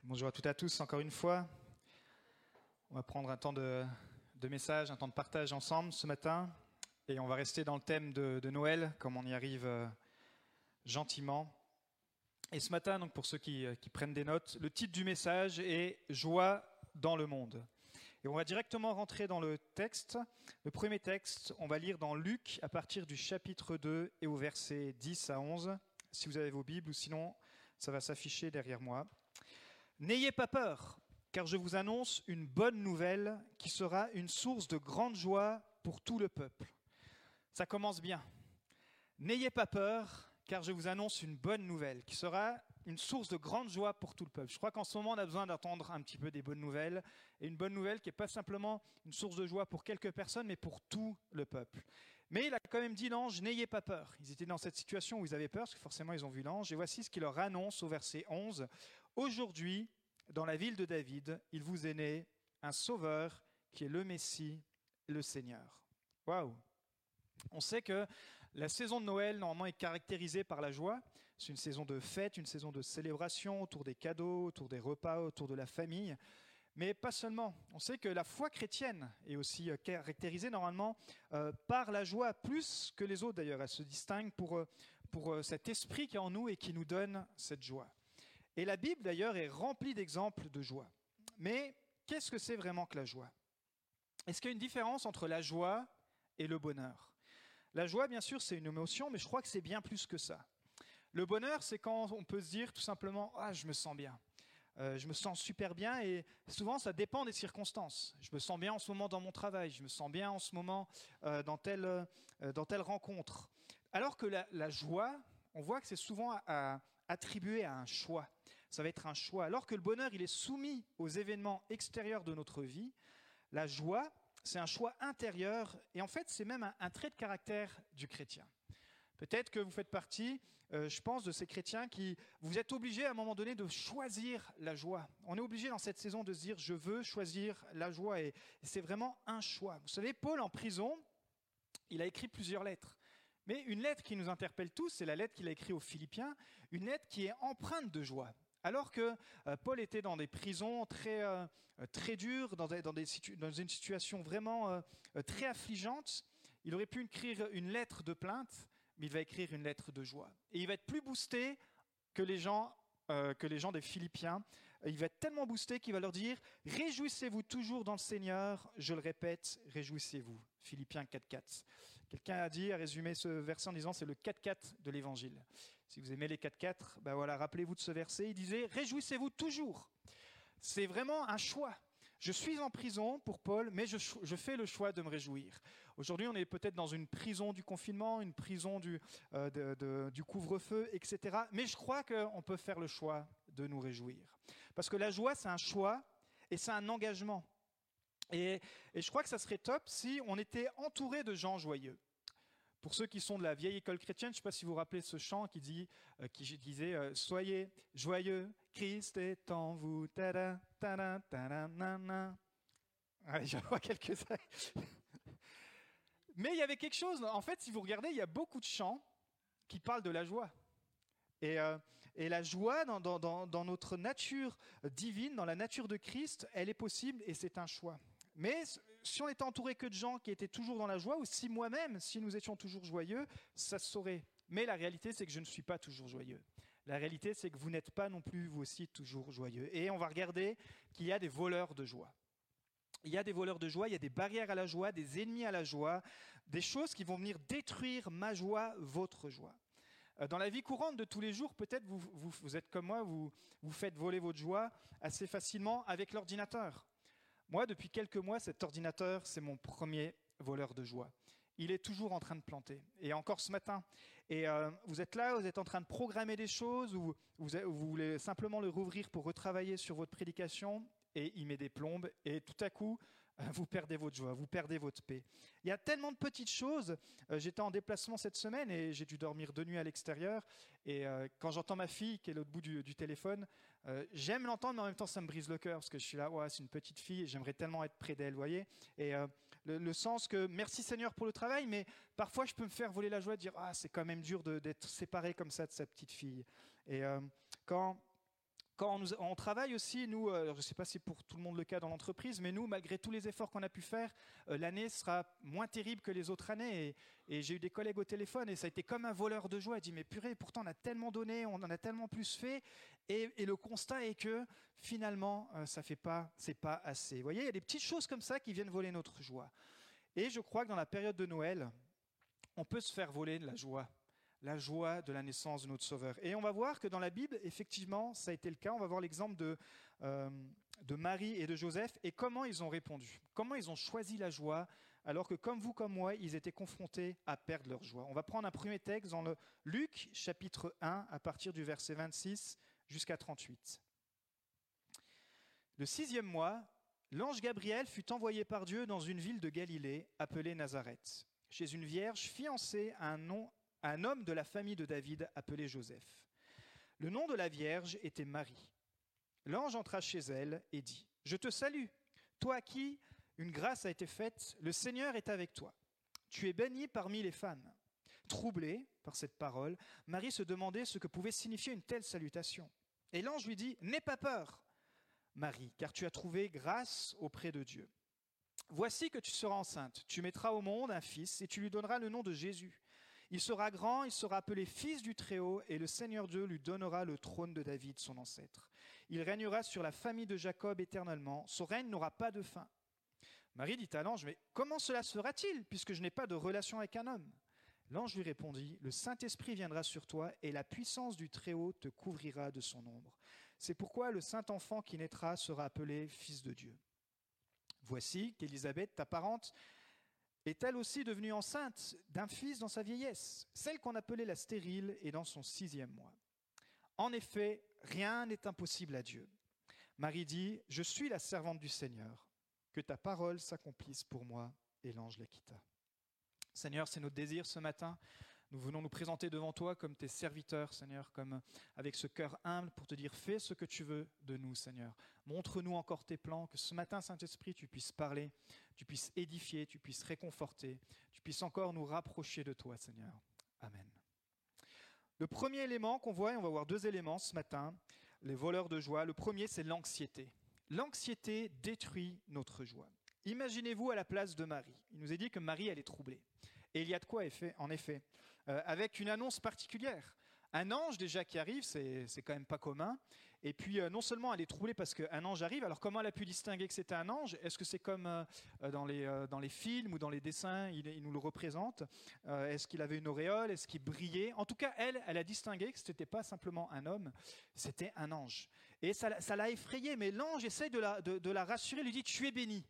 Bonjour à toutes et à tous, encore une fois. On va prendre un temps de message, un temps de partage ensemble ce matin. Et on va rester dans le thème de Noël, comme on y arrive gentiment. Et ce matin, donc pour ceux qui prennent des notes, le titre du message est « Joie dans le monde ». Et on va directement rentrer dans le texte. Le premier texte, on va lire dans Luc à partir du chapitre 2 et au verset 10 à 11. Si vous avez vos Bibles, ou sinon ça va s'afficher derrière moi. N'ayez pas peur, car je vous annonce une bonne nouvelle qui sera une source de grande joie pour tout le peuple. Ça commence bien. N'ayez pas peur, car je vous annonce une bonne nouvelle qui sera une source de grande joie pour tout le peuple. Je crois qu'en ce moment, on a besoin d'entendre un petit peu des bonnes nouvelles, et une bonne nouvelle qui n'est pas simplement une source de joie pour quelques personnes, mais pour tout le peuple. Mais il a quand même dit l'ange, n'ayez pas peur. Ils étaient dans cette situation où ils avaient peur, parce que forcément ils ont vu l'ange, et voici ce qu'il leur annonce au verset 11. Aujourd'hui, dans la ville de David, il vous est né un sauveur qui est le Messie, le Seigneur. Waouh! On sait que la saison de Noël, normalement, est caractérisée par la joie. C'est une saison de fête, une saison de célébration, autour des cadeaux, autour des repas, autour de la famille. Mais pas seulement. On sait que la foi chrétienne est aussi caractérisée normalement par la joie, plus que les autres d'ailleurs. Elle se distingue pour cet esprit qui est en nous et qui nous donne cette joie. Et la Bible, d'ailleurs, est remplie d'exemples de joie. Mais qu'est-ce que c'est vraiment que la joie? Est-ce qu'il y a une différence entre la joie et le bonheur? La joie, bien sûr, c'est une émotion, mais je crois que c'est bien plus que ça. Le bonheur, c'est quand on peut se dire tout simplement « Ah, je me sens bien ». Je me sens super bien et souvent ça dépend des circonstances. Je me sens bien en ce moment dans mon travail, je me sens bien en ce moment dans telle rencontre. Alors que la joie, on voit que c'est souvent attribué à un choix. Ça va être un choix. Alors que le bonheur, il est soumis aux événements extérieurs de notre vie, la joie, c'est un choix intérieur et en fait, c'est même un trait de caractère du chrétien. Peut-être que vous faites partie, je pense, de ces chrétiens qui, vous êtes obligés à un moment donné de choisir la joie. On est obligé dans cette saison de se dire, je veux choisir la joie et c'est vraiment un choix. Vous savez, Paul en prison, il a écrit plusieurs lettres. Mais une lettre qui nous interpelle tous, c'est la lettre qu'il a écrite aux Philippiens, une lettre qui est empreinte de joie. Alors que Paul était dans des prisons très dures, dans une situation vraiment très affligeante, il aurait pu écrire une lettre de plainte, mais il va écrire une lettre de joie. Et il va être plus boosté que les gens des Philippiens. Il va être tellement boosté qu'il va leur dire « Réjouissez-vous toujours dans le Seigneur, je le répète, réjouissez-vous ». Philippiens 4.4. Quelqu'un a résumé ce verset en disant « c'est le 4.4 de l'Évangile ». Si vous aimez les 4.4, ben voilà, rappelez-vous de ce verset. Il disait « Réjouissez-vous toujours ». C'est vraiment un choix. Je suis en prison pour Paul, mais je fais le choix de me réjouir. Aujourd'hui, on est peut-être dans une prison du confinement, une prison du couvre-feu, etc. Mais je crois qu'on peut faire le choix de nous réjouir. Parce que la joie, c'est un choix et c'est un engagement. Et je crois que ça serait top si on était entouré de gens joyeux. Pour ceux qui sont de la vieille école chrétienne, je ne sais pas si vous vous rappelez ce chant qui disait « Soyez joyeux, Christ est en vous. Tada, tada, tada, nana. » Allez, j'en vois quelques-uns. Mais il y avait quelque chose, en fait, si vous regardez, il y a beaucoup de chants qui parlent de la joie. Et la joie, dans notre nature divine, dans la nature de Christ, elle est possible et c'est un choix. Mais si on était entouré que de gens qui étaient toujours dans la joie, ou si nous étions toujours joyeux, ça se saurait. Mais la réalité, c'est que je ne suis pas toujours joyeux. La réalité, c'est que vous n'êtes pas non plus, vous aussi, toujours joyeux. Et on va regarder qu'il y a des voleurs de joie. Il y a des voleurs de joie, il y a des barrières à la joie, des ennemis à la joie, des choses qui vont venir détruire ma joie, votre joie. Dans la vie courante de tous les jours, peut-être vous êtes comme moi, vous faites voler votre joie assez facilement avec l'ordinateur. Moi, depuis quelques mois, cet ordinateur, c'est mon premier voleur de joie. Il est toujours en train de planter. Et encore ce matin. Et vous êtes là, vous êtes en train de programmer des choses, ou vous voulez simplement le rouvrir pour retravailler sur votre prédication, et il met des plombes, et tout à coup, vous perdez votre joie, vous perdez votre paix. Il y a tellement de petites choses. J'étais en déplacement cette semaine et j'ai dû dormir 2 nuits à l'extérieur. Et quand j'entends ma fille qui est à l'autre bout du téléphone, j'aime l'entendre, mais en même temps, ça me brise le cœur parce que je suis là, ouais, c'est une petite fille et j'aimerais tellement être près d'elle, vous voyez. Et le sens que merci Seigneur pour le travail, mais parfois je peux me faire voler la joie de dire, ah, c'est quand même dur d'être séparé comme ça de sa petite fille. Et quand Quand on travaille aussi, nous, je ne sais pas si c'est pour tout le monde le cas dans l'entreprise, mais nous, malgré tous les efforts qu'on a pu faire, l'année sera moins terrible que les autres années. Et j'ai eu des collègues au téléphone et ça a été comme un voleur de joie. Il dit, mais purée, pourtant on a tellement donné, on en a tellement plus fait. Et le constat est que finalement, c'est pas assez. Vous voyez, il y a des petites choses comme ça qui viennent voler notre joie. Et je crois que dans la période de Noël, on peut se faire voler de la joie de la naissance de notre Sauveur. Et on va voir que dans la Bible, effectivement, ça a été le cas. On va voir l'exemple de Marie et de Joseph et comment ils ont répondu, comment ils ont choisi la joie, alors que comme vous, comme moi, ils étaient confrontés à perdre leur joie. On va prendre un premier texte dans le Luc, chapitre 1, à partir du verset 26 jusqu'à 38. Le 6e mois, l'ange Gabriel fut envoyé par Dieu dans une ville de Galilée, appelée Nazareth, chez une vierge fiancée à un homme de la famille de David appelé Joseph. Le nom de la Vierge était Marie. L'ange entra chez elle et dit : « Je te salue, toi à qui une grâce a été faite, le Seigneur est avec toi. Tu es bénie parmi les femmes. » Troublée par cette parole, Marie se demandait ce que pouvait signifier une telle salutation. Et l'ange lui dit : « N'aie pas peur, Marie, car tu as trouvé grâce auprès de Dieu. Voici que tu seras enceinte, tu mettras au monde un fils et tu lui donneras le nom de Jésus. Il sera grand, il sera appelé fils du Très-Haut, et le Seigneur Dieu lui donnera le trône de David, son ancêtre. Il régnera sur la famille de Jacob éternellement, son règne n'aura pas de fin. » Marie dit à l'ange : « Mais comment cela sera-t-il, puisque je n'ai pas de relation avec un homme ? » L'ange lui répondit : « Le Saint-Esprit viendra sur toi, et la puissance du Très-Haut te couvrira de son ombre. C'est pourquoi le saint enfant qui naîtra sera appelé fils de Dieu. Voici qu'Élisabeth, ta parente, est elle aussi devenue enceinte d'un fils dans sa vieillesse. Celle qu'on appelait la stérile est dans son 6e mois. En effet, rien n'est impossible à Dieu. » Marie dit : « Je suis la servante du Seigneur. Que ta parole s'accomplisse pour moi. » Et l'ange la quitta. Seigneur, c'est notre désir ce matin. Nous venons nous présenter devant toi comme tes serviteurs, Seigneur, comme avec ce cœur humble pour te dire : fais ce que tu veux de nous, Seigneur. Montre-nous encore tes plans, que ce matin, Saint-Esprit, tu puisses parler, tu puisses édifier, tu puisses réconforter, tu puisses encore nous rapprocher de toi, Seigneur. Amen. Le premier élément qu'on voit, et on va voir 2 éléments ce matin, les voleurs de joie. Le premier, c'est l'anxiété. L'anxiété détruit notre joie. Imaginez-vous à la place de Marie. Il nous est dit que Marie, elle est troublée. Et il y a de quoi, en effet, avec une annonce particulière. Un ange déjà qui arrive, c'est quand même pas commun. Et puis non seulement elle est troublée parce qu'un ange arrive, alors comment elle a pu distinguer que c'était un ange ? Est-ce que c'est comme dans les films ou dans les dessins, il nous le représente ? Est-ce qu'il avait une auréole ? Est-ce qu'il brillait ? En tout cas, elle a distingué que ce n'était pas simplement un homme, c'était un ange. Et ça l'a effrayée, mais l'ange essaie de la rassurer, lui dit : tu es bénie.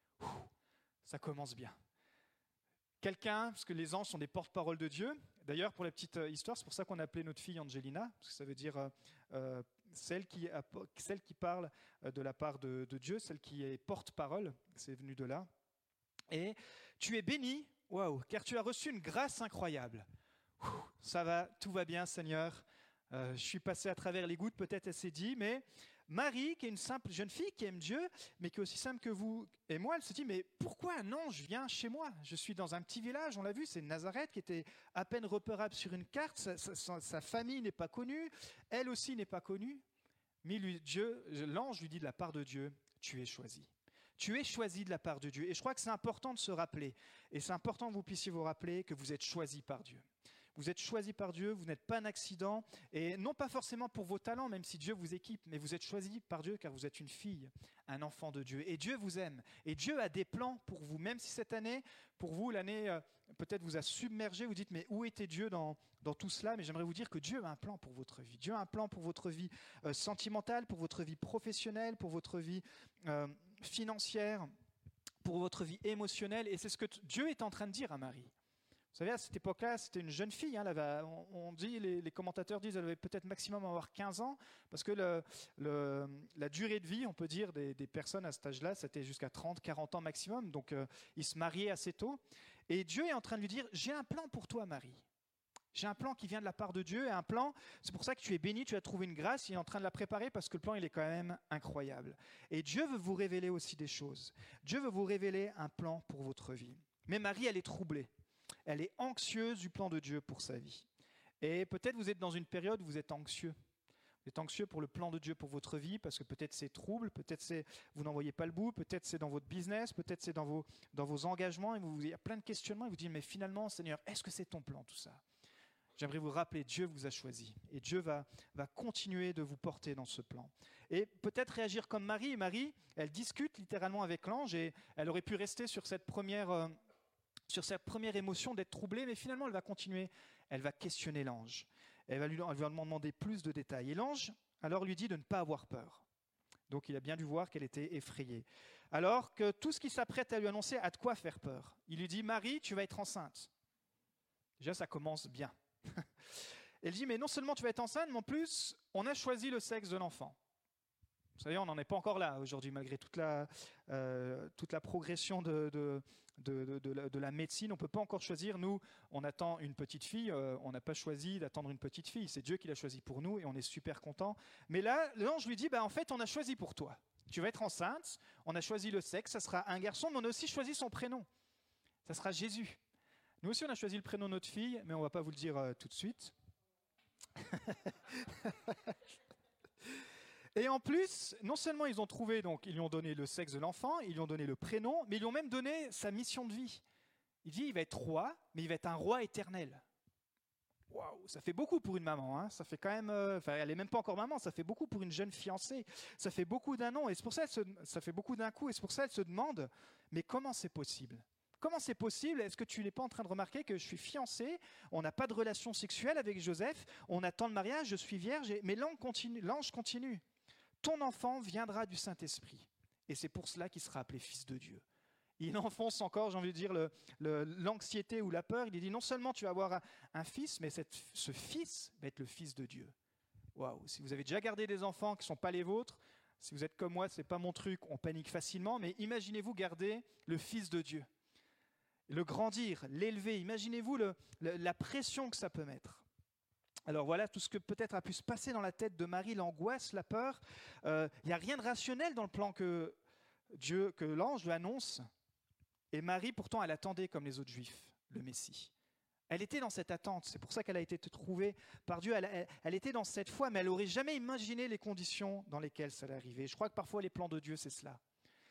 Ça commence bien. Quelqu'un, parce que les anges sont des porte-parole de Dieu. D'ailleurs, pour la petite histoire, c'est pour ça qu'on a appelé notre fille Angelina, parce que ça veut dire celle qui parle de la part de Dieu, celle qui est porte-parole, c'est venu de là. Et tu es bénie, waouh, car tu as reçu une grâce incroyable. Ça va, tout va bien, Seigneur. Je suis passé à travers les gouttes, peut-être elle s'est dit, mais Marie, qui est une simple jeune fille qui aime Dieu, mais qui est aussi simple que vous et moi, elle se dit : mais pourquoi un ange vient chez moi ? Je suis dans un petit village, on l'a vu, c'est Nazareth qui était à peine repérable sur une carte, sa famille n'est pas connue, elle aussi n'est pas connue. Mais l'ange lui dit de la part de Dieu : tu es choisi. Tu es choisi de la part de Dieu. Et je crois que c'est important de se rappeler, et c'est important que vous puissiez vous rappeler que vous êtes choisi par Dieu. Vous êtes choisi par Dieu, vous n'êtes pas un accident, et non pas forcément pour vos talents, même si Dieu vous équipe, mais vous êtes choisi par Dieu car vous êtes une fille, un enfant de Dieu. Et Dieu vous aime, et Dieu a des plans pour vous, même si cette année, pour vous, l'année peut-être vous a submergé, vous dites : mais où était Dieu dans tout cela ? Mais j'aimerais vous dire que Dieu a un plan pour votre vie. Dieu a un plan pour votre vie sentimentale, pour votre vie professionnelle, pour votre vie financière, pour votre vie émotionnelle. Et c'est ce que Dieu est en train de dire à Marie. Vous savez, à cette époque-là, c'était une jeune fille. On dit, les commentateurs disent qu'elle avait peut-être maximum avoir 15 ans, parce que la durée de vie, on peut dire, des personnes à cet âge-là, c'était jusqu'à 30, 40 ans maximum. Donc, ils se mariaient assez tôt. Et Dieu est en train de lui dire : j'ai un plan pour toi, Marie. J'ai un plan qui vient de la part de Dieu, et un plan, c'est pour ça que tu es bénie, tu as trouvé une grâce, il est en train de la préparer parce que le plan, il est quand même incroyable. Et Dieu veut vous révéler aussi des choses. Dieu veut vous révéler un plan pour votre vie. Mais Marie, elle est troublée. Elle est anxieuse du plan de Dieu pour sa vie. Et peut-être vous êtes dans une période où vous êtes anxieux. Vous êtes anxieux pour le plan de Dieu pour votre vie, parce que peut-être c'est trouble, peut-être c'est vous n'en voyez pas le bout, peut-être c'est dans votre business, peut-être c'est dans vos engagements, et il y a plein de questionnements, et vous dites, mais finalement, Seigneur, est-ce que c'est ton plan tout ça? J'aimerais vous rappeler, Dieu vous a choisi, et Dieu va continuer de vous porter dans ce plan. Et peut-être réagir comme Marie. Marie, elle discute littéralement avec l'ange, et elle aurait pu rester sur cette première émotion d'être troublée, mais finalement, elle va continuer, elle va questionner l'ange. Elle va lui demander plus de détails. Et l'ange, alors, lui dit de ne pas avoir peur. Donc, il a bien dû voir qu'elle était effrayée. Alors que tout ce qui s'apprête à lui annoncer a de quoi faire peur. Il lui dit, Marie, tu vas être enceinte. Déjà, ça commence bien. Elle dit, mais non seulement tu vas être enceinte, mais en plus, on a choisi le sexe de l'enfant. Vous savez, on n'en est pas encore là aujourd'hui, malgré toute la progression de la médecine. On ne peut pas encore choisir. Nous, on attend une petite fille. On n'a pas choisi d'attendre une petite fille. C'est Dieu qui l'a choisi pour nous et on est super contents. Mais là, l'ange lui dit, en fait, on a choisi pour toi. Tu vas être enceinte. On a choisi le sexe. Ça sera un garçon, mais on a aussi choisi son prénom. Ça sera Jésus. Nous aussi, on a choisi le prénom de notre fille, mais on ne va pas vous le dire tout de suite. Et en plus, non seulement ils ont trouvé, donc ils lui ont donné le sexe de l'enfant, ils lui ont donné le prénom, mais ils lui ont même donné sa mission de vie. Il dit, il va être roi, mais il va être un roi éternel. Waouh, ça fait beaucoup pour une maman, hein. Ça fait quand même, elle n'est même pas encore maman, ça fait beaucoup pour une jeune fiancée, ça fait beaucoup d'un an, et c'est pour ça ça fait beaucoup d'un coup, et c'est pour ça qu'elle se demande, mais comment c'est possible ? Comment c'est possible ? Est-ce que tu n'es pas en train de remarquer que je suis fiancée, on n'a pas de relation sexuelle avec Joseph, on attend le mariage, je suis vierge, mais l'ange continue. Ton enfant viendra du Saint-Esprit. Et c'est pour cela qu'il sera appelé fils de Dieu. Il enfonce encore, j'ai envie de dire, l'anxiété ou la peur. Il dit non seulement tu vas avoir un fils, mais ce fils va être le fils de Dieu. Waouh! Si vous avez déjà gardé des enfants qui ne sont pas les vôtres, si vous êtes comme moi, ce n'est pas mon truc, on panique facilement, mais imaginez-vous garder le fils de Dieu. Le grandir, l'élever, imaginez-vous la pression que ça peut mettre. Alors voilà tout ce que peut-être a pu se passer dans la tête de Marie, l'angoisse, la peur. Il n'y a rien de rationnel dans le plan que l'ange lui annonce. Et Marie, pourtant, elle attendait comme les autres Juifs, le Messie. Elle était dans cette attente, c'est pour ça qu'elle a été trouvée par Dieu. Elle était dans cette foi, mais elle n'aurait jamais imaginé les conditions dans lesquelles ça allait arriver. Je crois que parfois les plans de Dieu, c'est cela.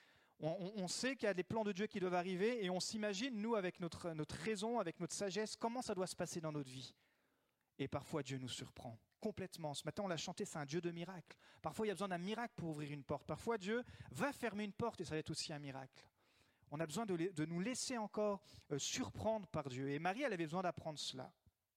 On sait qu'il y a des plans de Dieu qui doivent arriver et on s'imagine, nous, avec notre raison, avec notre sagesse, comment ça doit se passer dans notre vie. Et parfois, Dieu nous surprend complètement. Ce matin, on l'a chanté, c'est un Dieu de miracles. Parfois, il y a besoin d'un miracle pour ouvrir une porte. Parfois, Dieu va fermer une porte et ça va être aussi un miracle. On a besoin de nous laisser encore surprendre par Dieu. Et Marie, elle avait besoin d'apprendre cela.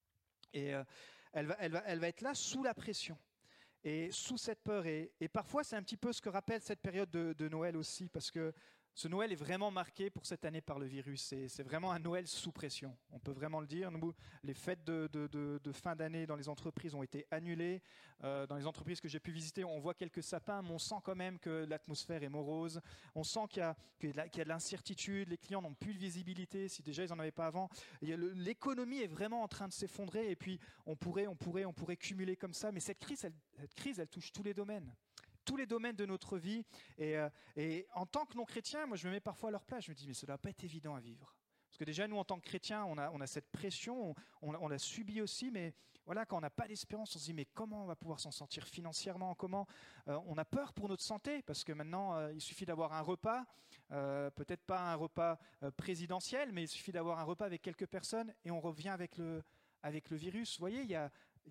Et elle va être là sous la pression et sous cette peur. Et parfois, c'est un petit peu ce que rappelle cette période de Noël aussi, parce que ce Noël est vraiment marqué pour cette année par le virus. C'est vraiment un Noël sous pression. On peut vraiment le dire. Nous, les fêtes de fin d'année dans les entreprises ont été annulées. Dans les entreprises que j'ai pu visiter, on voit quelques sapins, mais on sent quand même que l'atmosphère est morose. On sent qu'il y a de l'incertitude. Les clients n'ont plus de visibilité, si déjà ils n'en avaient pas avant. L'économie est vraiment en train de s'effondrer. Et puis, on pourrait cumuler comme ça. Mais cette crise, elle touche tous les domaines. Tous les domaines de notre vie. Et en tant que non-chrétien, moi je me mets parfois à leur place. Je me dis, mais ça ne doit pas être évident à vivre. Parce que déjà, nous, en tant que chrétiens, on a cette pression, on l'a subie aussi, mais voilà, quand on n'a pas d'espérance, on se dit, mais comment on va pouvoir s'en sortir financièrement ? Comment on a peur pour notre santé, parce que maintenant, il suffit d'avoir un repas, peut-être pas un repas présidentiel, mais il suffit d'avoir un repas avec quelques personnes, et on revient avec le virus. Vous voyez, il y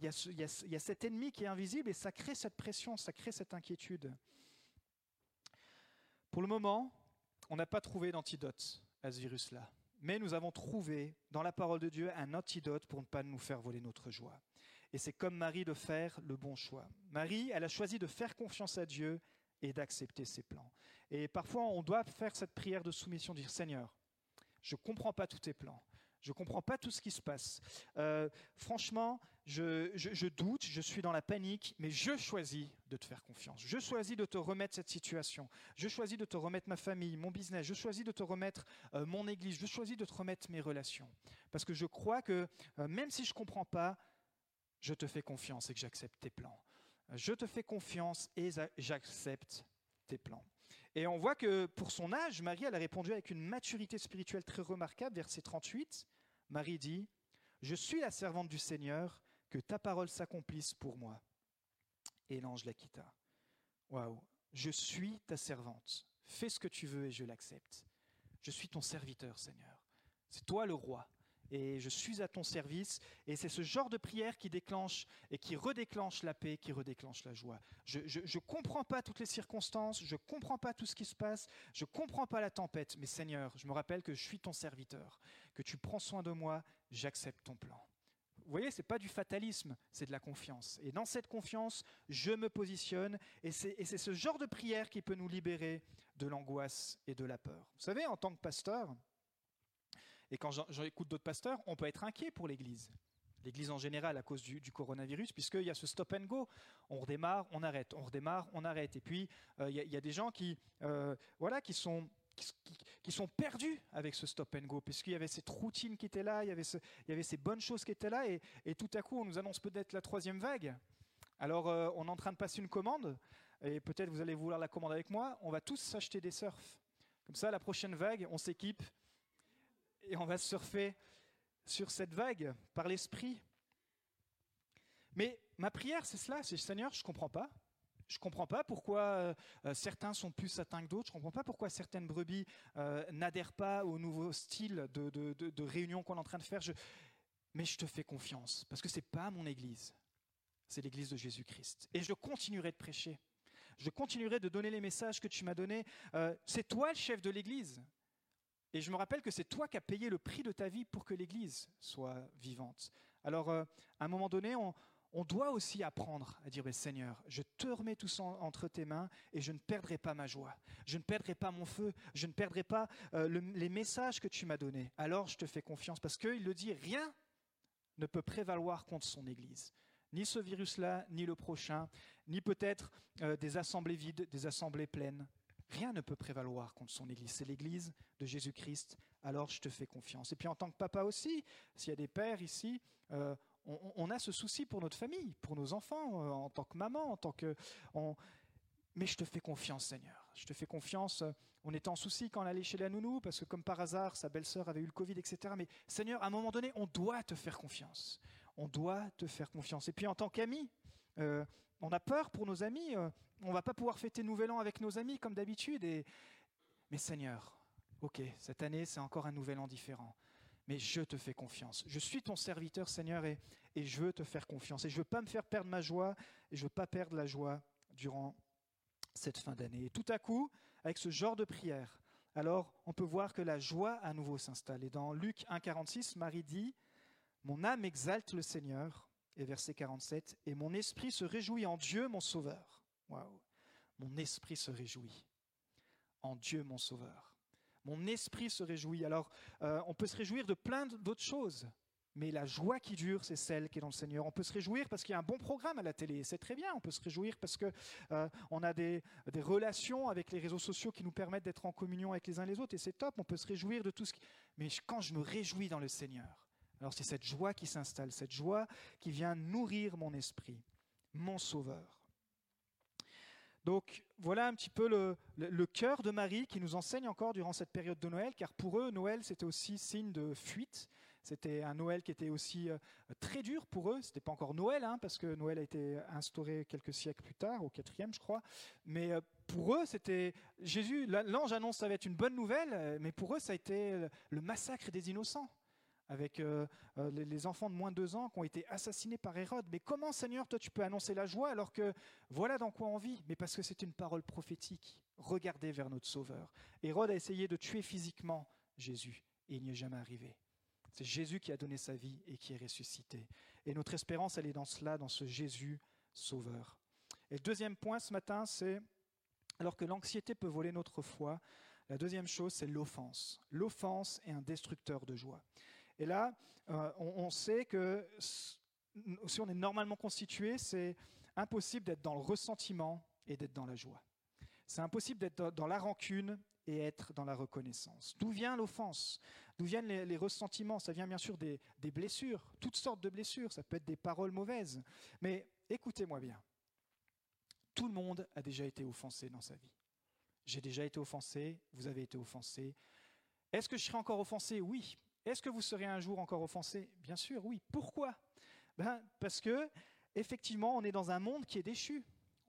a cet ennemi qui est invisible et ça crée cette pression, ça crée cette inquiétude. Pour le moment, on n'a pas trouvé d'antidote à ce virus-là. Mais nous avons trouvé dans la parole de Dieu un antidote pour ne pas nous faire voler notre joie. Et c'est comme Marie de faire le bon choix. Marie, elle a choisi de faire confiance à Dieu et d'accepter ses plans. Et parfois, on doit faire cette prière de soumission, dire « Seigneur, je ne comprends pas tous tes plans. Je ne comprends pas tout ce qui se passe. Franchement, je doute, je suis dans la panique, mais je choisis de te faire confiance. Je choisis de te remettre cette situation. Je choisis de te remettre ma famille, mon business. Je choisis de te remettre mon église. Je choisis de te remettre mes relations. Parce que je crois que même si je ne comprends pas, je te fais confiance et que j'accepte tes plans. Je te fais confiance et j'accepte tes plans. Et on voit que pour son âge, Marie, elle a répondu avec une maturité spirituelle très remarquable. Verset 38, Marie dit « Je suis la servante du Seigneur, que ta parole s'accomplisse pour moi. » Et l'ange la quitta. Waouh, je suis ta servante. Fais ce que tu veux et je l'accepte. Je suis ton serviteur, Seigneur. C'est toi le roi. Et je suis à ton service. Et c'est ce genre de prière qui déclenche et qui redéclenche la paix, qui redéclenche la joie. Je ne comprends pas toutes les circonstances, je ne comprends pas tout ce qui se passe, je ne comprends pas la tempête. Mais Seigneur, je me rappelle que je suis ton serviteur, que tu prends soin de moi, j'accepte ton plan. Vous voyez, ce n'est pas du fatalisme, c'est de la confiance. Et dans cette confiance, je me positionne. Et c'est ce genre de prière qui peut nous libérer de l'angoisse et de la peur. Vous savez, en tant que pasteur, et quand j'écoute d'autres pasteurs, on peut être inquiet pour l'Église. L'Église en général à cause du coronavirus, puisqu'il y a ce stop and go. On redémarre, on arrête, on redémarre, on arrête. Et puis, il y a des gens qui sont perdus avec ce stop and go, puisqu'il y avait cette routine qui était là, il y avait ces bonnes choses qui étaient là, et tout à coup, on nous annonce peut-être la 3e vague. Alors, on est en train de passer une commande, et peut-être vous allez vouloir la commande avec moi, on va tous s'acheter des surfs. Comme ça, la prochaine vague, on s'équipe, et on va surfer sur cette vague par l'esprit. Mais ma prière, c'est cela, c'est Seigneur, je ne comprends pas. Je ne comprends pas pourquoi certains sont plus atteints que d'autres. Je ne comprends pas pourquoi certaines brebis n'adhèrent pas au nouveau style de réunion qu'on est en train de faire. Mais je te fais confiance, parce que ce n'est pas mon Église. C'est l'Église de Jésus-Christ. Et je continuerai de prêcher. Je continuerai de donner les messages que tu m'as donnés. C'est toi le chef de l'Église. Et je me rappelle que c'est toi qui as payé le prix de ta vie pour que l'Église soit vivante. Alors, à un moment donné, on doit aussi apprendre à dire, Seigneur, je te remets tout ça entre tes mains et je ne perdrai pas ma joie. Je ne perdrai pas mon feu. Je ne perdrai pas les messages que tu m'as donnés. Alors, je te fais confiance parce qu'il le dit, rien ne peut prévaloir contre son Église. Ni ce virus-là, ni le prochain, ni peut-être des assemblées vides, des assemblées pleines. Rien ne peut prévaloir contre son Église. C'est l'Église de Jésus-Christ, alors je te fais confiance. Et puis en tant que papa aussi, s'il y a des pères ici, on a ce souci pour notre famille, pour nos enfants, en tant que maman, mais je te fais confiance, Seigneur. Je te fais confiance. On était en souci quand on allait chez la nounou, parce que comme par hasard, sa belle-sœur avait eu le Covid, etc. Mais Seigneur, à un moment donné, on doit te faire confiance. On doit te faire confiance. Et puis en tant qu'amis, on a peur pour nos amis. On ne va pas pouvoir fêter Nouvel An avec nos amis comme d'habitude. Mais Seigneur, ok, cette année, c'est encore un Nouvel An différent. Mais je te fais confiance. Je suis ton serviteur, Seigneur, et je veux te faire confiance. Et je ne veux pas me faire perdre ma joie, et je ne veux pas perdre la joie durant cette fin d'année. Et tout à coup, avec ce genre de prière, alors on peut voir que la joie à nouveau s'installe. Et dans Luc 1,46, Marie dit « Mon âme exalte le Seigneur ». Et verset 47, « Et mon esprit se réjouit en Dieu, mon Sauveur. » Waouh. Mon esprit se réjouit en Dieu, mon Sauveur. Mon esprit se réjouit. Alors, on peut se réjouir de plein d'autres choses, mais la joie qui dure, c'est celle qui est dans le Seigneur. On peut se réjouir parce qu'il y a un bon programme à la télé, c'est très bien. On peut se réjouir parce qu'on a des relations avec les réseaux sociaux qui nous permettent d'être en communion avec les uns les autres, et c'est top. On peut se réjouir de tout ce qui... Mais quand je me réjouis dans le Seigneur, alors c'est cette joie qui s'installe, cette joie qui vient nourrir mon esprit, mon Sauveur. Donc voilà un petit peu le cœur de Marie qui nous enseigne encore durant cette période de Noël, car pour eux, Noël, c'était aussi signe de fuite. C'était un Noël qui était aussi très dur pour eux. Ce n'était pas encore Noël, parce que Noël a été instauré quelques siècles plus tard, au 4e, je crois. Mais pour eux, c'était Jésus. L'ange annonce que ça va être une bonne nouvelle, mais pour eux, ça a été le massacre des innocents, avec les enfants de moins de 2 ans qui ont été assassinés par Hérode. Mais comment, Seigneur, toi, tu peux annoncer la joie alors que voilà dans quoi on vit? Mais parce que c'est une parole prophétique. Regardez vers notre Sauveur. Hérode a essayé de tuer physiquement Jésus, et il n'y est jamais arrivé. C'est Jésus qui a donné sa vie et qui est ressuscité. Et notre espérance, elle est dans cela, dans ce Jésus Sauveur. Et le deuxième point ce matin, c'est, alors que l'anxiété peut voler notre foi, la deuxième chose, c'est l'offense. L'offense est un destructeur de joie. Et là, on sait que si on est normalement constitué, c'est impossible d'être dans le ressentiment et d'être dans la joie. C'est impossible d'être dans la rancune et être dans la reconnaissance. D'où vient l'offense? D'où viennent les ressentiments? Ça vient bien sûr des blessures, toutes sortes de blessures. Ça peut être des paroles mauvaises. Mais écoutez-moi bien. Tout le monde a déjà été offensé dans sa vie. J'ai déjà été offensé, vous avez été offensé. Est-ce que je serai encore offensé? Oui. Est-ce que vous serez un jour encore offensé? Bien sûr, oui. Pourquoi? Parce que, effectivement, on est dans un monde qui est déchu.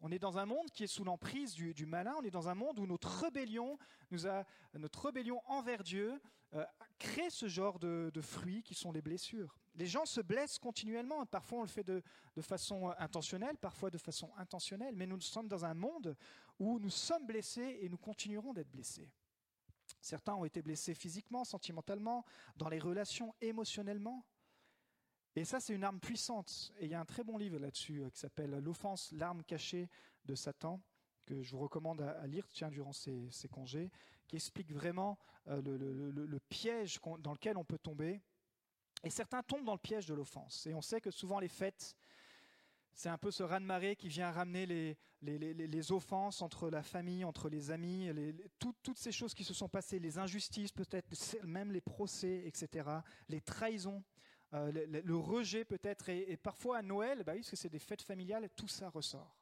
On est dans un monde qui est sous l'emprise du malin. On est dans un monde où notre rébellion envers Dieu crée ce genre de fruits qui sont les blessures. Les gens se blessent continuellement. Parfois, on le fait de façon intentionnelle, parfois de façon intentionnelle. Mais nous sommes dans un monde où nous sommes blessés et nous continuerons d'être blessés. Certains ont été blessés physiquement, sentimentalement, dans les relations, émotionnellement. Et ça, c'est une arme puissante. Et il y a un très bon livre là-dessus qui s'appelle « L'offense, l'arme cachée de Satan », que je vous recommande à lire durant ces congés, qui explique vraiment le piège dans lequel on peut tomber. Et certains tombent dans le piège de l'offense. Et on sait que souvent les fêtes, c'est un peu ce raz-de-marée qui vient ramener les offenses entre la famille, entre les amis, toutes ces choses qui se sont passées, les injustices peut-être, même les procès, etc., les trahisons. Le rejet peut-être, et parfois à Noël, oui, parce que c'est des fêtes familiales, tout ça ressort.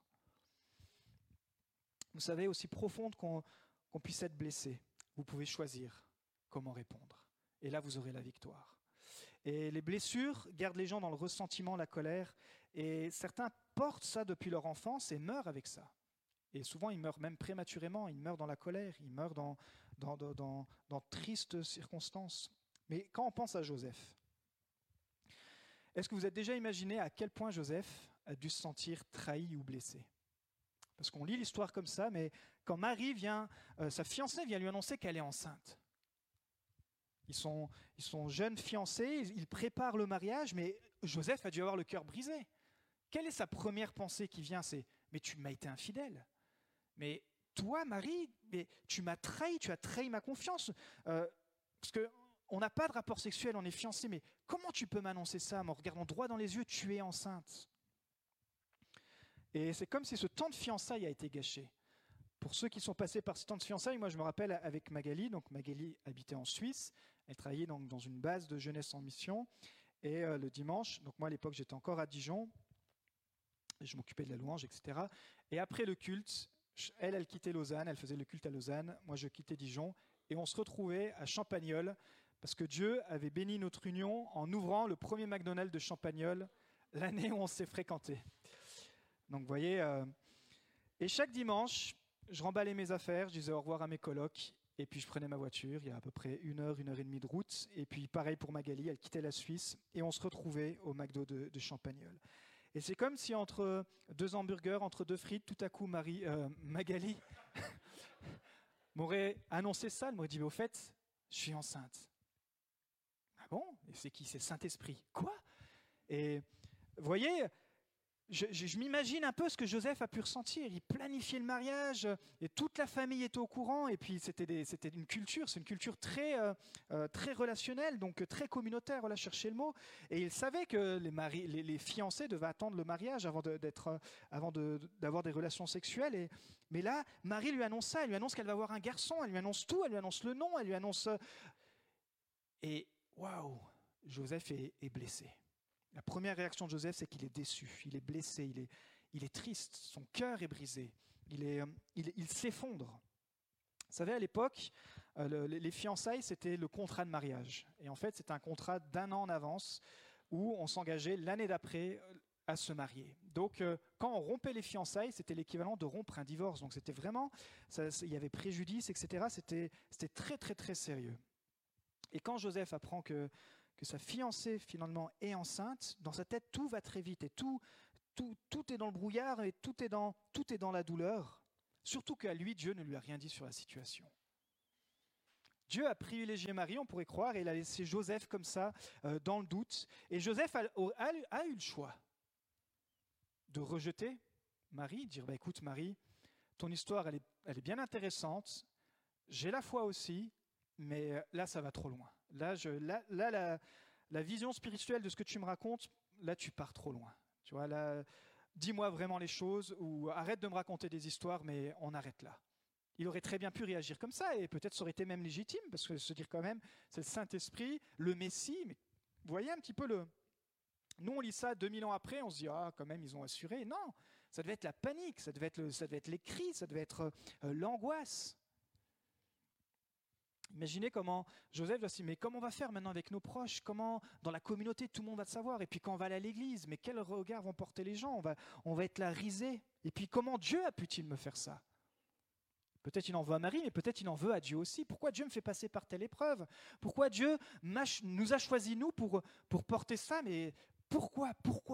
Vous savez, aussi profonde qu'on puisse être blessé, vous pouvez choisir comment répondre. Et là, vous aurez la victoire. Et les blessures gardent les gens dans le ressentiment, la colère, et certains portent ça depuis leur enfance et meurent avec ça. Et souvent, ils meurent même prématurément, ils meurent dans la colère, ils meurent dans tristes circonstances. Mais quand on pense à Joseph, est-ce que vous avez déjà imaginé à quel point Joseph a dû se sentir trahi ou blessé ? Parce qu'on lit l'histoire comme ça, mais quand Marie sa fiancée vient lui annoncer qu'elle est enceinte. Ils sont jeunes fiancés, ils préparent le mariage, mais Joseph a dû avoir le cœur brisé. Quelle est sa première pensée qui vient ? C'est « mais tu m'as été infidèle. Mais toi, Marie, mais tu m'as trahi, tu as trahi ma confiance. Parce que on n'a pas de rapport sexuel, on est fiancés, mais comment tu peux m'annoncer ça en me regardant droit dans les yeux, tu es enceinte ?» Et c'est comme si ce temps de fiançailles a été gâché. Pour ceux qui sont passés par ce temps de fiançailles, moi je me rappelle avec Magali, donc Magali habitait en Suisse, elle travaillait donc dans une base de jeunesse en mission, et le dimanche, donc moi à l'époque j'étais encore à Dijon, et je m'occupais de la louange, etc. Et après le culte, elle quittait Lausanne, elle faisait le culte à Lausanne, moi je quittais Dijon, et on se retrouvait à Champagnole, parce que Dieu avait béni notre union en ouvrant le premier McDonald's de Champagnole l'année où on s'est fréquentés. Donc vous voyez, et chaque dimanche, je remballais mes affaires, je disais au revoir à mes colocs, et puis je prenais ma voiture, il y a à peu près 1 heure et demie de route, et puis pareil pour Magali, elle quittait la Suisse, et on se retrouvait au McDo de Champagnole. Et c'est comme si entre 2 hamburgers, entre 2 frites, tout à coup Magali m'aurait annoncé ça, elle m'aurait dit « au fait, je suis enceinte ». Ah bon ? Et c'est qui ? C'est le Saint-Esprit. Quoi ? Et vous voyez, je m'imagine un peu ce que Joseph a pu ressentir. Il planifiait le mariage et toute la famille était au courant. Et puis c'était une culture, c'est une culture très relationnelle, donc très communautaire, voilà, cherchez le mot. Et il savait que les fiancés devaient attendre le mariage avant d'avoir des relations sexuelles. Mais là, Marie lui annonce ça, elle lui annonce qu'elle va avoir un garçon, elle lui annonce tout, elle lui annonce le nom, elle lui annonce... Et waouh, Joseph est blessé. La première réaction de Joseph, c'est qu'il est déçu, il est blessé, il est triste, son cœur est brisé, il s'effondre. Vous savez, à l'époque, les fiançailles, c'était le contrat de mariage. Et en fait, c'était un contrat d'1 an en avance où on s'engageait l'année d'après à se marier. Donc, quand on rompait les fiançailles, c'était l'équivalent de rompre un divorce. Donc, c'était vraiment, il y avait préjudice, etc. C'était très, très, très sérieux. Et quand Joseph apprend que sa fiancée finalement est enceinte, dans sa tête tout va très vite et tout est dans le brouillard et tout est dans la douleur. Surtout qu'à lui, Dieu ne lui a rien dit sur la situation. Dieu a privilégié Marie, on pourrait croire, et il a laissé Joseph comme ça, dans le doute. Et Joseph a eu le choix de rejeter Marie, de dire écoute Marie, ton histoire elle est bien intéressante, j'ai la foi aussi, mais là ça va trop loin. Là, la vision spirituelle de ce que tu me racontes, là, tu pars trop loin. Tu vois, là, dis-moi vraiment les choses ou arrête de me raconter des histoires, mais on arrête là. Il aurait très bien pu réagir comme ça et peut-être ça aurait été même légitime parce que se dire quand même, c'est le Saint-Esprit, le Messie. Mais vous voyez un petit peu Nous, on lit ça 2000 ans après, on se dit ah, quand même, ils ont assuré. Non, ça devait être la panique, ça devait être les cris, ça devait être l'angoisse. Imaginez comment Joseph doit se dire, mais comment on va faire maintenant avec nos proches ? Comment dans la communauté tout le monde va le savoir ? Et puis quand on va aller à l'église, mais quel regard vont porter les gens ? On va être là risé. Et puis comment Dieu a pu-t-il me faire ça? Peut-être il en veut à Marie, mais peut-être il en veut à Dieu aussi. Pourquoi Dieu me fait passer par telle épreuve? Pourquoi Dieu nous a choisis, nous, pour porter ça? Mais pourquoi?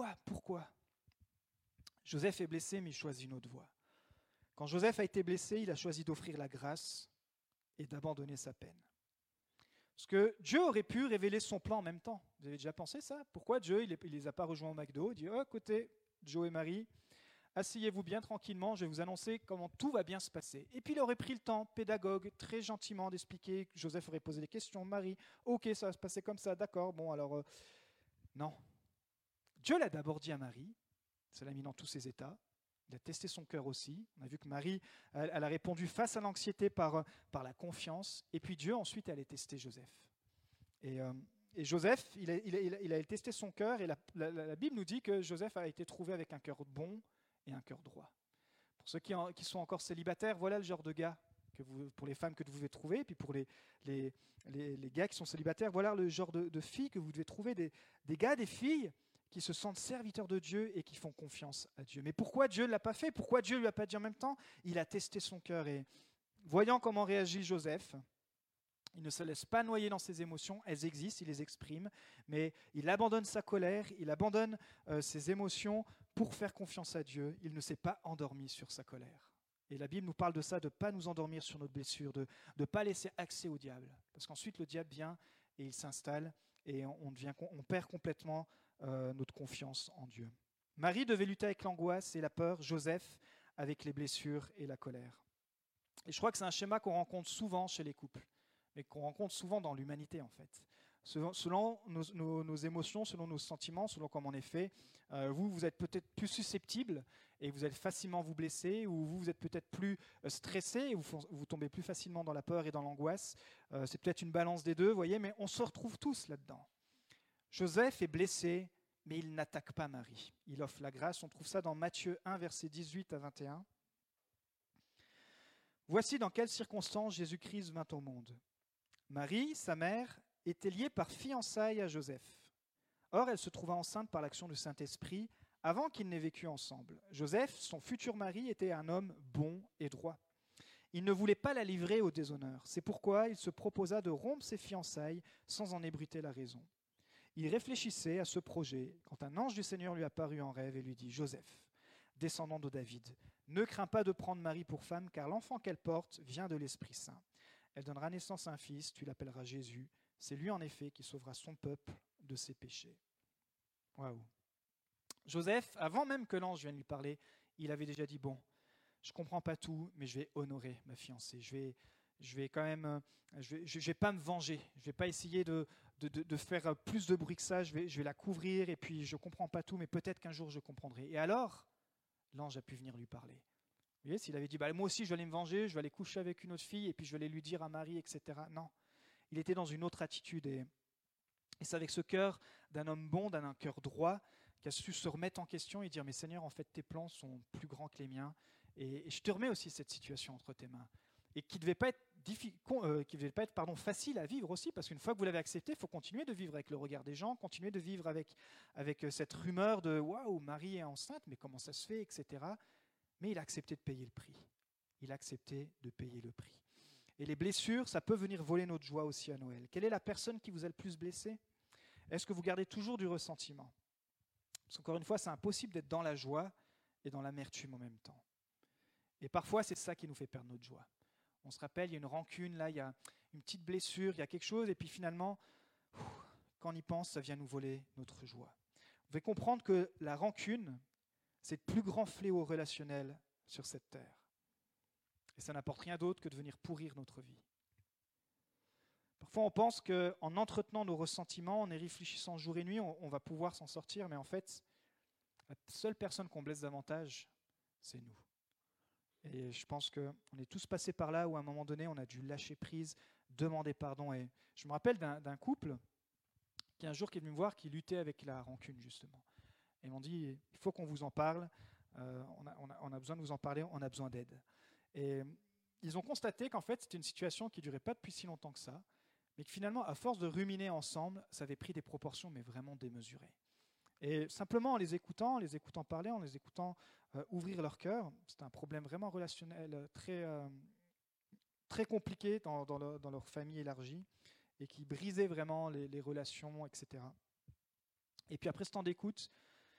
Joseph est blessé, mais il choisit une autre voie. Quand Joseph a été blessé, il a choisi d'offrir la grâce et d'abandonner sa peine. Parce que Dieu aurait pu révéler son plan en même temps. Vous avez déjà pensé ça? Pourquoi Dieu, il ne les a pas rejoints au McDo? Il dit, oh, écoutez, Joe et Marie, asseyez-vous bien tranquillement, je vais vous annoncer comment tout va bien se passer. Et puis il aurait pris le temps, pédagogue, très gentiment d'expliquer. Joseph aurait posé des questions, Marie, ok, ça va se passer comme ça, d'accord, bon alors... Non. Dieu l'a d'abord dit à Marie, ça l'a mis dans tous ses états, il a testé son cœur aussi. On a vu que Marie, elle a répondu face à l'anxiété par la confiance. Et puis Dieu, ensuite, elle a testé Joseph. Et Joseph, il a testé son cœur. Et la Bible nous dit que Joseph a été trouvé avec un cœur bon et un cœur droit. Pour ceux qui sont encore célibataires, voilà le genre de gars, pour les femmes que vous devez trouver. Et puis pour les gars qui sont célibataires, voilà le genre de filles que vous devez trouver. Des gars, des filles qui se sentent serviteurs de Dieu et qui font confiance à Dieu. Mais pourquoi Dieu ne l'a pas fait? Pourquoi Dieu ne lui a pas dit en même temps? Il a testé son cœur et voyant comment réagit Joseph, il ne se laisse pas noyer dans ses émotions, elles existent, il les exprime, mais il abandonne sa colère, il abandonne ses émotions pour faire confiance à Dieu. Il ne s'est pas endormi sur sa colère. Et la Bible nous parle de ça, de ne pas nous endormir sur notre blessure, de ne pas laisser accès au diable. Parce qu'ensuite, le diable vient et il s'installe et on perd complètement notre confiance en Dieu. Marie devait lutter avec l'angoisse et la peur, Joseph avec les blessures et la colère. Et je crois que c'est un schéma qu'on rencontre souvent chez les couples, mais qu'on rencontre souvent dans l'humanité en fait. Selon nos émotions, selon nos sentiments, selon comment on est fait, vous êtes peut-être plus susceptible et vous allez facilement vous blesser, ou vous êtes peut-être plus stressé et vous tombez plus facilement dans la peur et dans l'angoisse. C'est peut-être une balance des deux, vous voyez, mais on se retrouve tous là-dedans. Joseph est blessé, mais il n'attaque pas Marie. Il offre la grâce. On trouve ça dans Matthieu 1, versets 18 à 21. Voici dans quelles circonstances Jésus-Christ vint au monde. Marie, sa mère, était liée par fiançailles à Joseph. Or, elle se trouva enceinte par l'action du Saint-Esprit avant qu'ils n'aient vécu ensemble. Joseph, son futur mari, était un homme bon et droit. Il ne voulait pas la livrer au déshonneur. C'est pourquoi il se proposa de rompre ses fiançailles sans en ébruiter la raison. Il réfléchissait à ce projet quand un ange du Seigneur lui apparut en rêve et lui dit « Joseph, descendant de David, ne crains pas de prendre Marie pour femme, car l'enfant qu'elle porte vient de l'Esprit Saint. Elle donnera naissance à un fils, tu l'appelleras Jésus. C'est lui en effet qui sauvera son peuple de ses péchés. » Waouh. Joseph, avant même que l'ange vienne lui parler, il avait déjà dit « Bon, je ne comprends pas tout, mais je vais honorer ma fiancée. Je vais pas me venger. Je ne vais pas essayer de faire plus de bruit que ça. Je vais la couvrir et puis je ne comprends pas tout, mais peut-être qu'un jour je comprendrai. » Et alors, l'ange a pu venir lui parler. Vous voyez, s'il avait dit moi aussi je vais aller me venger, je vais aller coucher avec une autre fille et puis je vais aller lui dire à Marie, etc. Non, il était dans une autre attitude. Et c'est avec ce cœur d'un homme bon, d'un cœur droit, qui a su se remettre en question et dire mais Seigneur, en fait, tes plans sont plus grands que les miens. Et je te remets aussi cette situation entre tes mains. Et qui ne devait pas être facile à vivre aussi, parce qu'une fois que vous l'avez accepté, il faut continuer de vivre avec le regard des gens, continuer de vivre avec cette rumeur de « Waouh, Marie est enceinte, mais comment ça se fait ?» etc. Mais il a accepté de payer le prix. Il a accepté de payer le prix. Et les blessures, ça peut venir voler notre joie aussi à Noël. Quelle est la personne qui vous a le plus blessé? Est-ce que vous gardez toujours du ressentiment? Parce qu'encore une fois, c'est impossible d'être dans la joie et dans l'amertume en même temps. Et parfois, c'est ça qui nous fait perdre notre joie. On se rappelle, il y a une rancune, là, il y a une petite blessure, il y a quelque chose, et puis finalement, quand on y pense, ça vient nous voler notre joie. Vous devez comprendre que la rancune, c'est le plus grand fléau relationnel sur cette terre. Et ça n'apporte rien d'autre que de venir pourrir notre vie. Parfois, on pense qu'en entretenant nos ressentiments, en y réfléchissant jour et nuit, on va pouvoir s'en sortir, mais en fait, la seule personne qu'on blesse davantage, c'est nous. Et je pense qu'on est tous passés par là où à un moment donné, on a dû lâcher prise, demander pardon. Et je me rappelle d'un couple qui un jour qui est venu me voir, qui luttait avec la rancune justement. Et ils m'ont dit, il faut qu'on vous en parle, on a besoin de vous en parler, on a besoin d'aide. Et ils ont constaté qu'en fait, c'était une situation qui ne durait pas depuis si longtemps que ça, mais que finalement, à force de ruminer ensemble, ça avait pris des proportions mais vraiment démesurées. Et simplement en les écoutant parler, en les écoutant ouvrir leur cœur, c'est un problème vraiment relationnel très compliqué dans leur famille élargie et qui brisait vraiment les relations, etc. Et puis après ce temps d'écoute,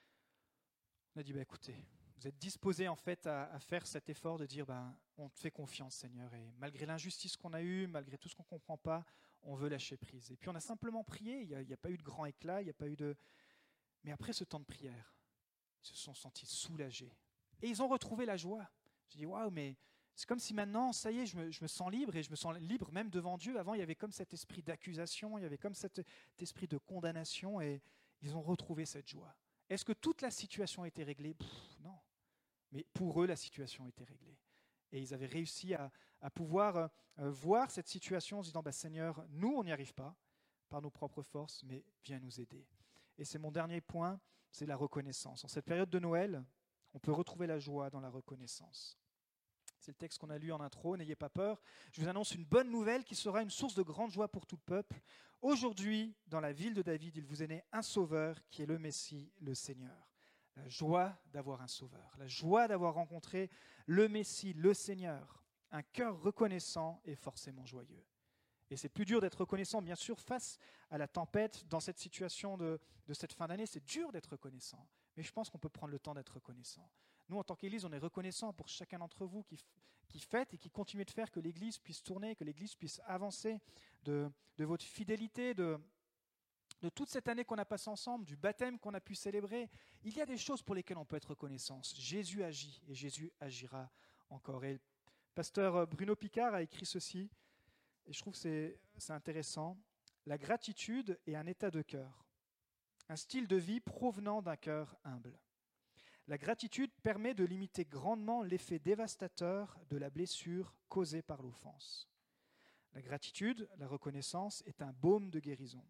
on a dit, écoutez, vous êtes disposés en fait à faire cet effort de dire, on te fait confiance Seigneur, et malgré l'injustice qu'on a eue, malgré tout ce qu'on ne comprend pas, on veut lâcher prise. Et puis on a simplement prié, il n'y a pas eu de grand éclat, il n'y a pas eu de... Mais après ce temps de prière, ils se sont sentis soulagés. Et ils ont retrouvé la joie. J'ai dit, waouh, mais c'est comme si maintenant, ça y est, je me sens libre, et je me sens libre même devant Dieu. Avant, il y avait comme cet esprit d'accusation, il y avait comme cet esprit de condamnation, et ils ont retrouvé cette joie. Est-ce que toute la situation était réglée ? Non. Mais pour eux, la situation était réglée. Et ils avaient réussi à pouvoir voir cette situation en se disant, Seigneur, nous, on n'y arrive pas par nos propres forces, mais viens nous aider. Et c'est mon dernier point, c'est la reconnaissance. En cette période de Noël, on peut retrouver la joie dans la reconnaissance. C'est le texte qu'on a lu en intro, n'ayez pas peur. Je vous annonce une bonne nouvelle qui sera une source de grande joie pour tout le peuple. Aujourd'hui, dans la ville de David, il vous est né un sauveur qui est le Messie, le Seigneur. La joie d'avoir un sauveur, la joie d'avoir rencontré le Messie, le Seigneur. Un cœur reconnaissant est forcément joyeux. Et c'est plus dur d'être reconnaissant, bien sûr, face à la tempête, dans cette situation de cette fin d'année. C'est dur d'être reconnaissant, mais je pense qu'on peut prendre le temps d'être reconnaissant. Nous, en tant qu'Église, on est reconnaissant pour chacun d'entre vous qui faites et qui continuez de faire que l'Église puisse tourner, que l'Église puisse avancer, de votre fidélité, de toute cette année qu'on a passée ensemble, du baptême qu'on a pu célébrer. Il y a des choses pour lesquelles on peut être reconnaissant. Jésus agit et Jésus agira encore. Et le pasteur Bruno Picard a écrit ceci, et je trouve que c'est intéressant. La gratitude est un état de cœur, un style de vie provenant d'un cœur humble. La gratitude permet de limiter grandement l'effet dévastateur de la blessure causée par l'offense. La gratitude, la reconnaissance, est un baume de guérison.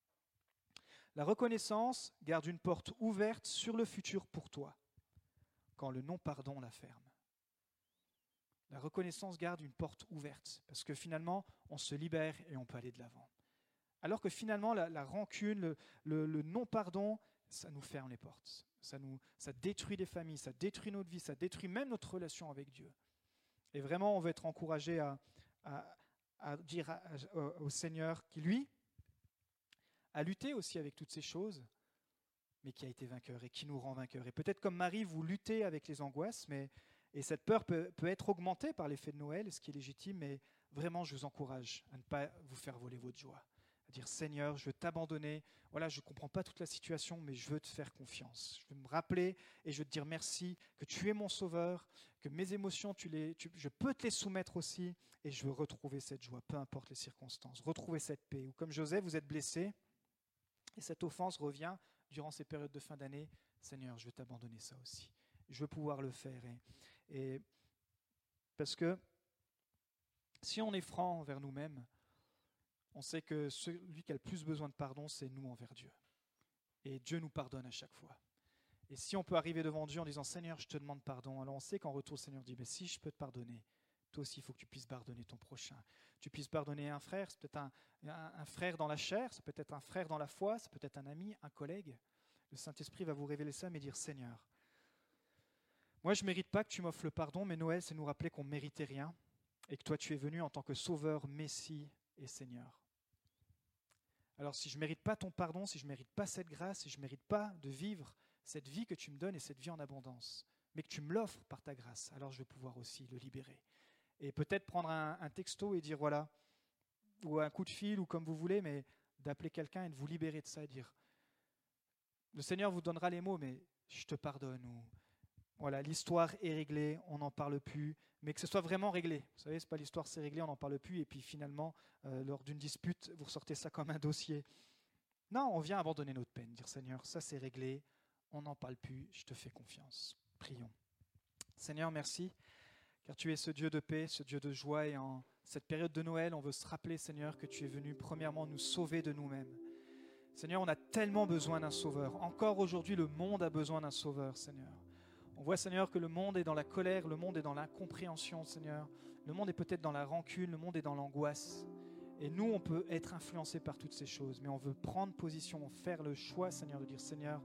La reconnaissance garde une porte ouverte sur le futur pour toi, quand le non-pardon la ferme. La reconnaissance garde une porte ouverte, parce que finalement, on se libère et on peut aller de l'avant. Alors que finalement, la rancune, le non-pardon, ça nous ferme les portes. Ça détruit des familles, ça détruit notre vie, ça détruit même notre relation avec Dieu. Et vraiment, on veut être encouragé à dire au Seigneur qui, lui, a lutté aussi avec toutes ces choses, mais qui a été vainqueur et qui nous rend vainqueurs. Et peut-être comme Marie, vous luttez avec les angoisses, et cette peur peut être augmentée par l'effet de Noël, ce qui est légitime, mais vraiment, je vous encourage à ne pas vous faire voler votre joie. À dire, Seigneur, je veux t'abandonner. Voilà, je ne comprends pas toute la situation, mais je veux te faire confiance. Je veux me rappeler et je veux te dire merci, que tu es mon sauveur, que mes émotions, je peux te les soumettre aussi, et je veux retrouver cette joie, peu importe les circonstances, retrouver cette paix. Ou comme Joseph, vous êtes blessé, et cette offense revient durant ces périodes de fin d'année. Seigneur, je veux t'abandonner ça aussi. Je veux pouvoir le faire. Et parce que si on est franc envers nous-mêmes, on sait que celui qui a le plus besoin de pardon, c'est nous envers Dieu. Et Dieu nous pardonne à chaque fois. Et si on peut arriver devant Dieu en disant « Seigneur, je te demande pardon », alors on sait qu'en retour, le Seigneur dit « Si je peux te pardonner, toi aussi, il faut que tu puisses pardonner ton prochain. Tu puisses pardonner un frère, c'est peut-être un frère dans la chair, c'est peut-être un frère dans la foi, c'est peut-être un ami, un collègue. Le Saint-Esprit va vous révéler ça, mais dire « Seigneur, moi, je ne mérite pas que tu m'offres le pardon, mais Noël, c'est nous rappeler qu'on ne méritait rien et que toi, tu es venu en tant que Sauveur, Messie et Seigneur. Alors, si je ne mérite pas ton pardon, si je ne mérite pas cette grâce, si je ne mérite pas de vivre cette vie que tu me donnes et cette vie en abondance, mais que tu me l'offres par ta grâce, alors je vais pouvoir aussi le libérer. » Et peut-être prendre un texto et dire voilà, ou un coup de fil, ou comme vous voulez, mais d'appeler quelqu'un et de vous libérer de ça et dire le Seigneur vous donnera les mots, mais je te pardonne, ou voilà, l'histoire est réglée, on n'en parle plus, mais que ce soit vraiment réglé. Vous savez, c'est pas l'histoire, c'est réglé, on n'en parle plus, et puis finalement, lors d'une dispute, vous ressortez ça comme un dossier. Non, on vient abandonner notre peine, dire Seigneur, ça c'est réglé, on n'en parle plus, je te fais confiance. Prions. Seigneur, merci, car tu es ce Dieu de paix, ce Dieu de joie, et en cette période de Noël, on veut se rappeler, Seigneur, que tu es venu premièrement nous sauver de nous-mêmes. Seigneur, on a tellement besoin d'un sauveur. Encore aujourd'hui, le monde a besoin d'un sauveur, Seigneur. On voit, Seigneur, que le monde est dans la colère, le monde est dans l'incompréhension, Seigneur. Le monde est peut-être dans la rancune, le monde est dans l'angoisse. Et nous, on peut être influencés par toutes ces choses, mais on veut prendre position, faire le choix, Seigneur, de dire, Seigneur,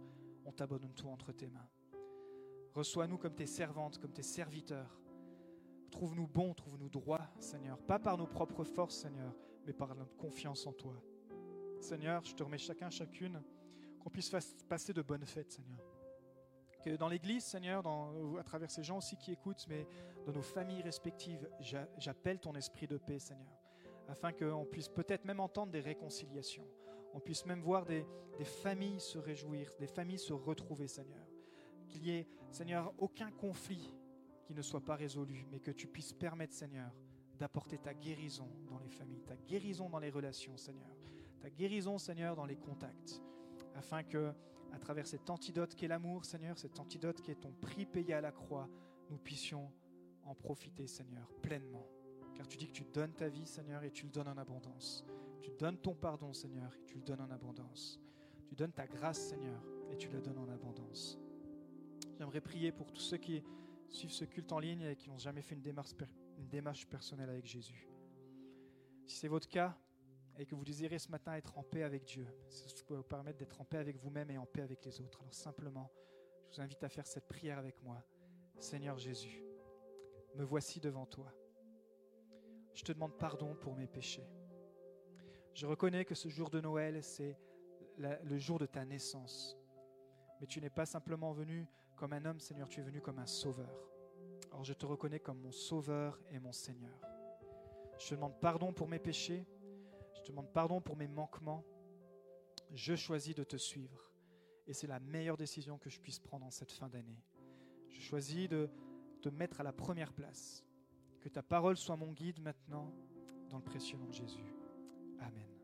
on t'abandonne tout entre tes mains. Reçois-nous comme tes servantes, comme tes serviteurs. Trouve-nous bons, trouve-nous droits, Seigneur. Pas par nos propres forces, Seigneur, mais par notre confiance en toi. Seigneur, je te remets chacune, qu'on puisse passer de bonnes fêtes, Seigneur. Que dans l'Église, Seigneur, à travers ces gens aussi qui écoutent, mais dans nos familles respectives, j'appelle ton esprit de paix, Seigneur, afin qu'on puisse peut-être même entendre des réconciliations. On puisse même voir des familles se réjouir, des familles se retrouver, Seigneur. Qu'il y ait, Seigneur, aucun conflit qui ne soit pas résolu, mais que tu puisses permettre, Seigneur, d'apporter ta guérison dans les familles, ta guérison dans les relations, Seigneur, ta guérison, Seigneur, dans les contacts, afin que, à travers cet antidote qu'est l'amour, Seigneur, cet antidote qui est ton prix payé à la croix, nous puissions en profiter, Seigneur, pleinement. Car tu dis que tu donnes ta vie, Seigneur, et tu le donnes en abondance. Tu donnes ton pardon, Seigneur, et tu le donnes en abondance. Tu donnes ta grâce, Seigneur, et tu la donnes en abondance. J'aimerais prier pour tous ceux qui suivent ce culte en ligne et qui n'ont jamais fait une démarche personnelle avec Jésus. Si c'est votre cas et que vous désirez ce matin être en paix avec Dieu, ça va vous permettre d'être en paix avec vous-même et en paix avec les autres. Alors simplement, je vous invite à faire cette prière avec moi. Seigneur Jésus, me voici devant toi. Je te demande pardon pour mes péchés. Je reconnais que ce jour de Noël, c'est le jour de ta naissance. Mais tu n'es pas simplement venu comme un homme, Seigneur, tu es venu comme un sauveur. Alors je te reconnais comme mon sauveur et mon Seigneur. Je te demande pardon pour mes péchés. Je te demande pardon pour mes manquements. Je choisis de te suivre. Et c'est la meilleure décision que je puisse prendre en cette fin d'année. Je choisis de te mettre à la première place. Que ta parole soit mon guide maintenant, dans le précieux nom de Jésus. Amen.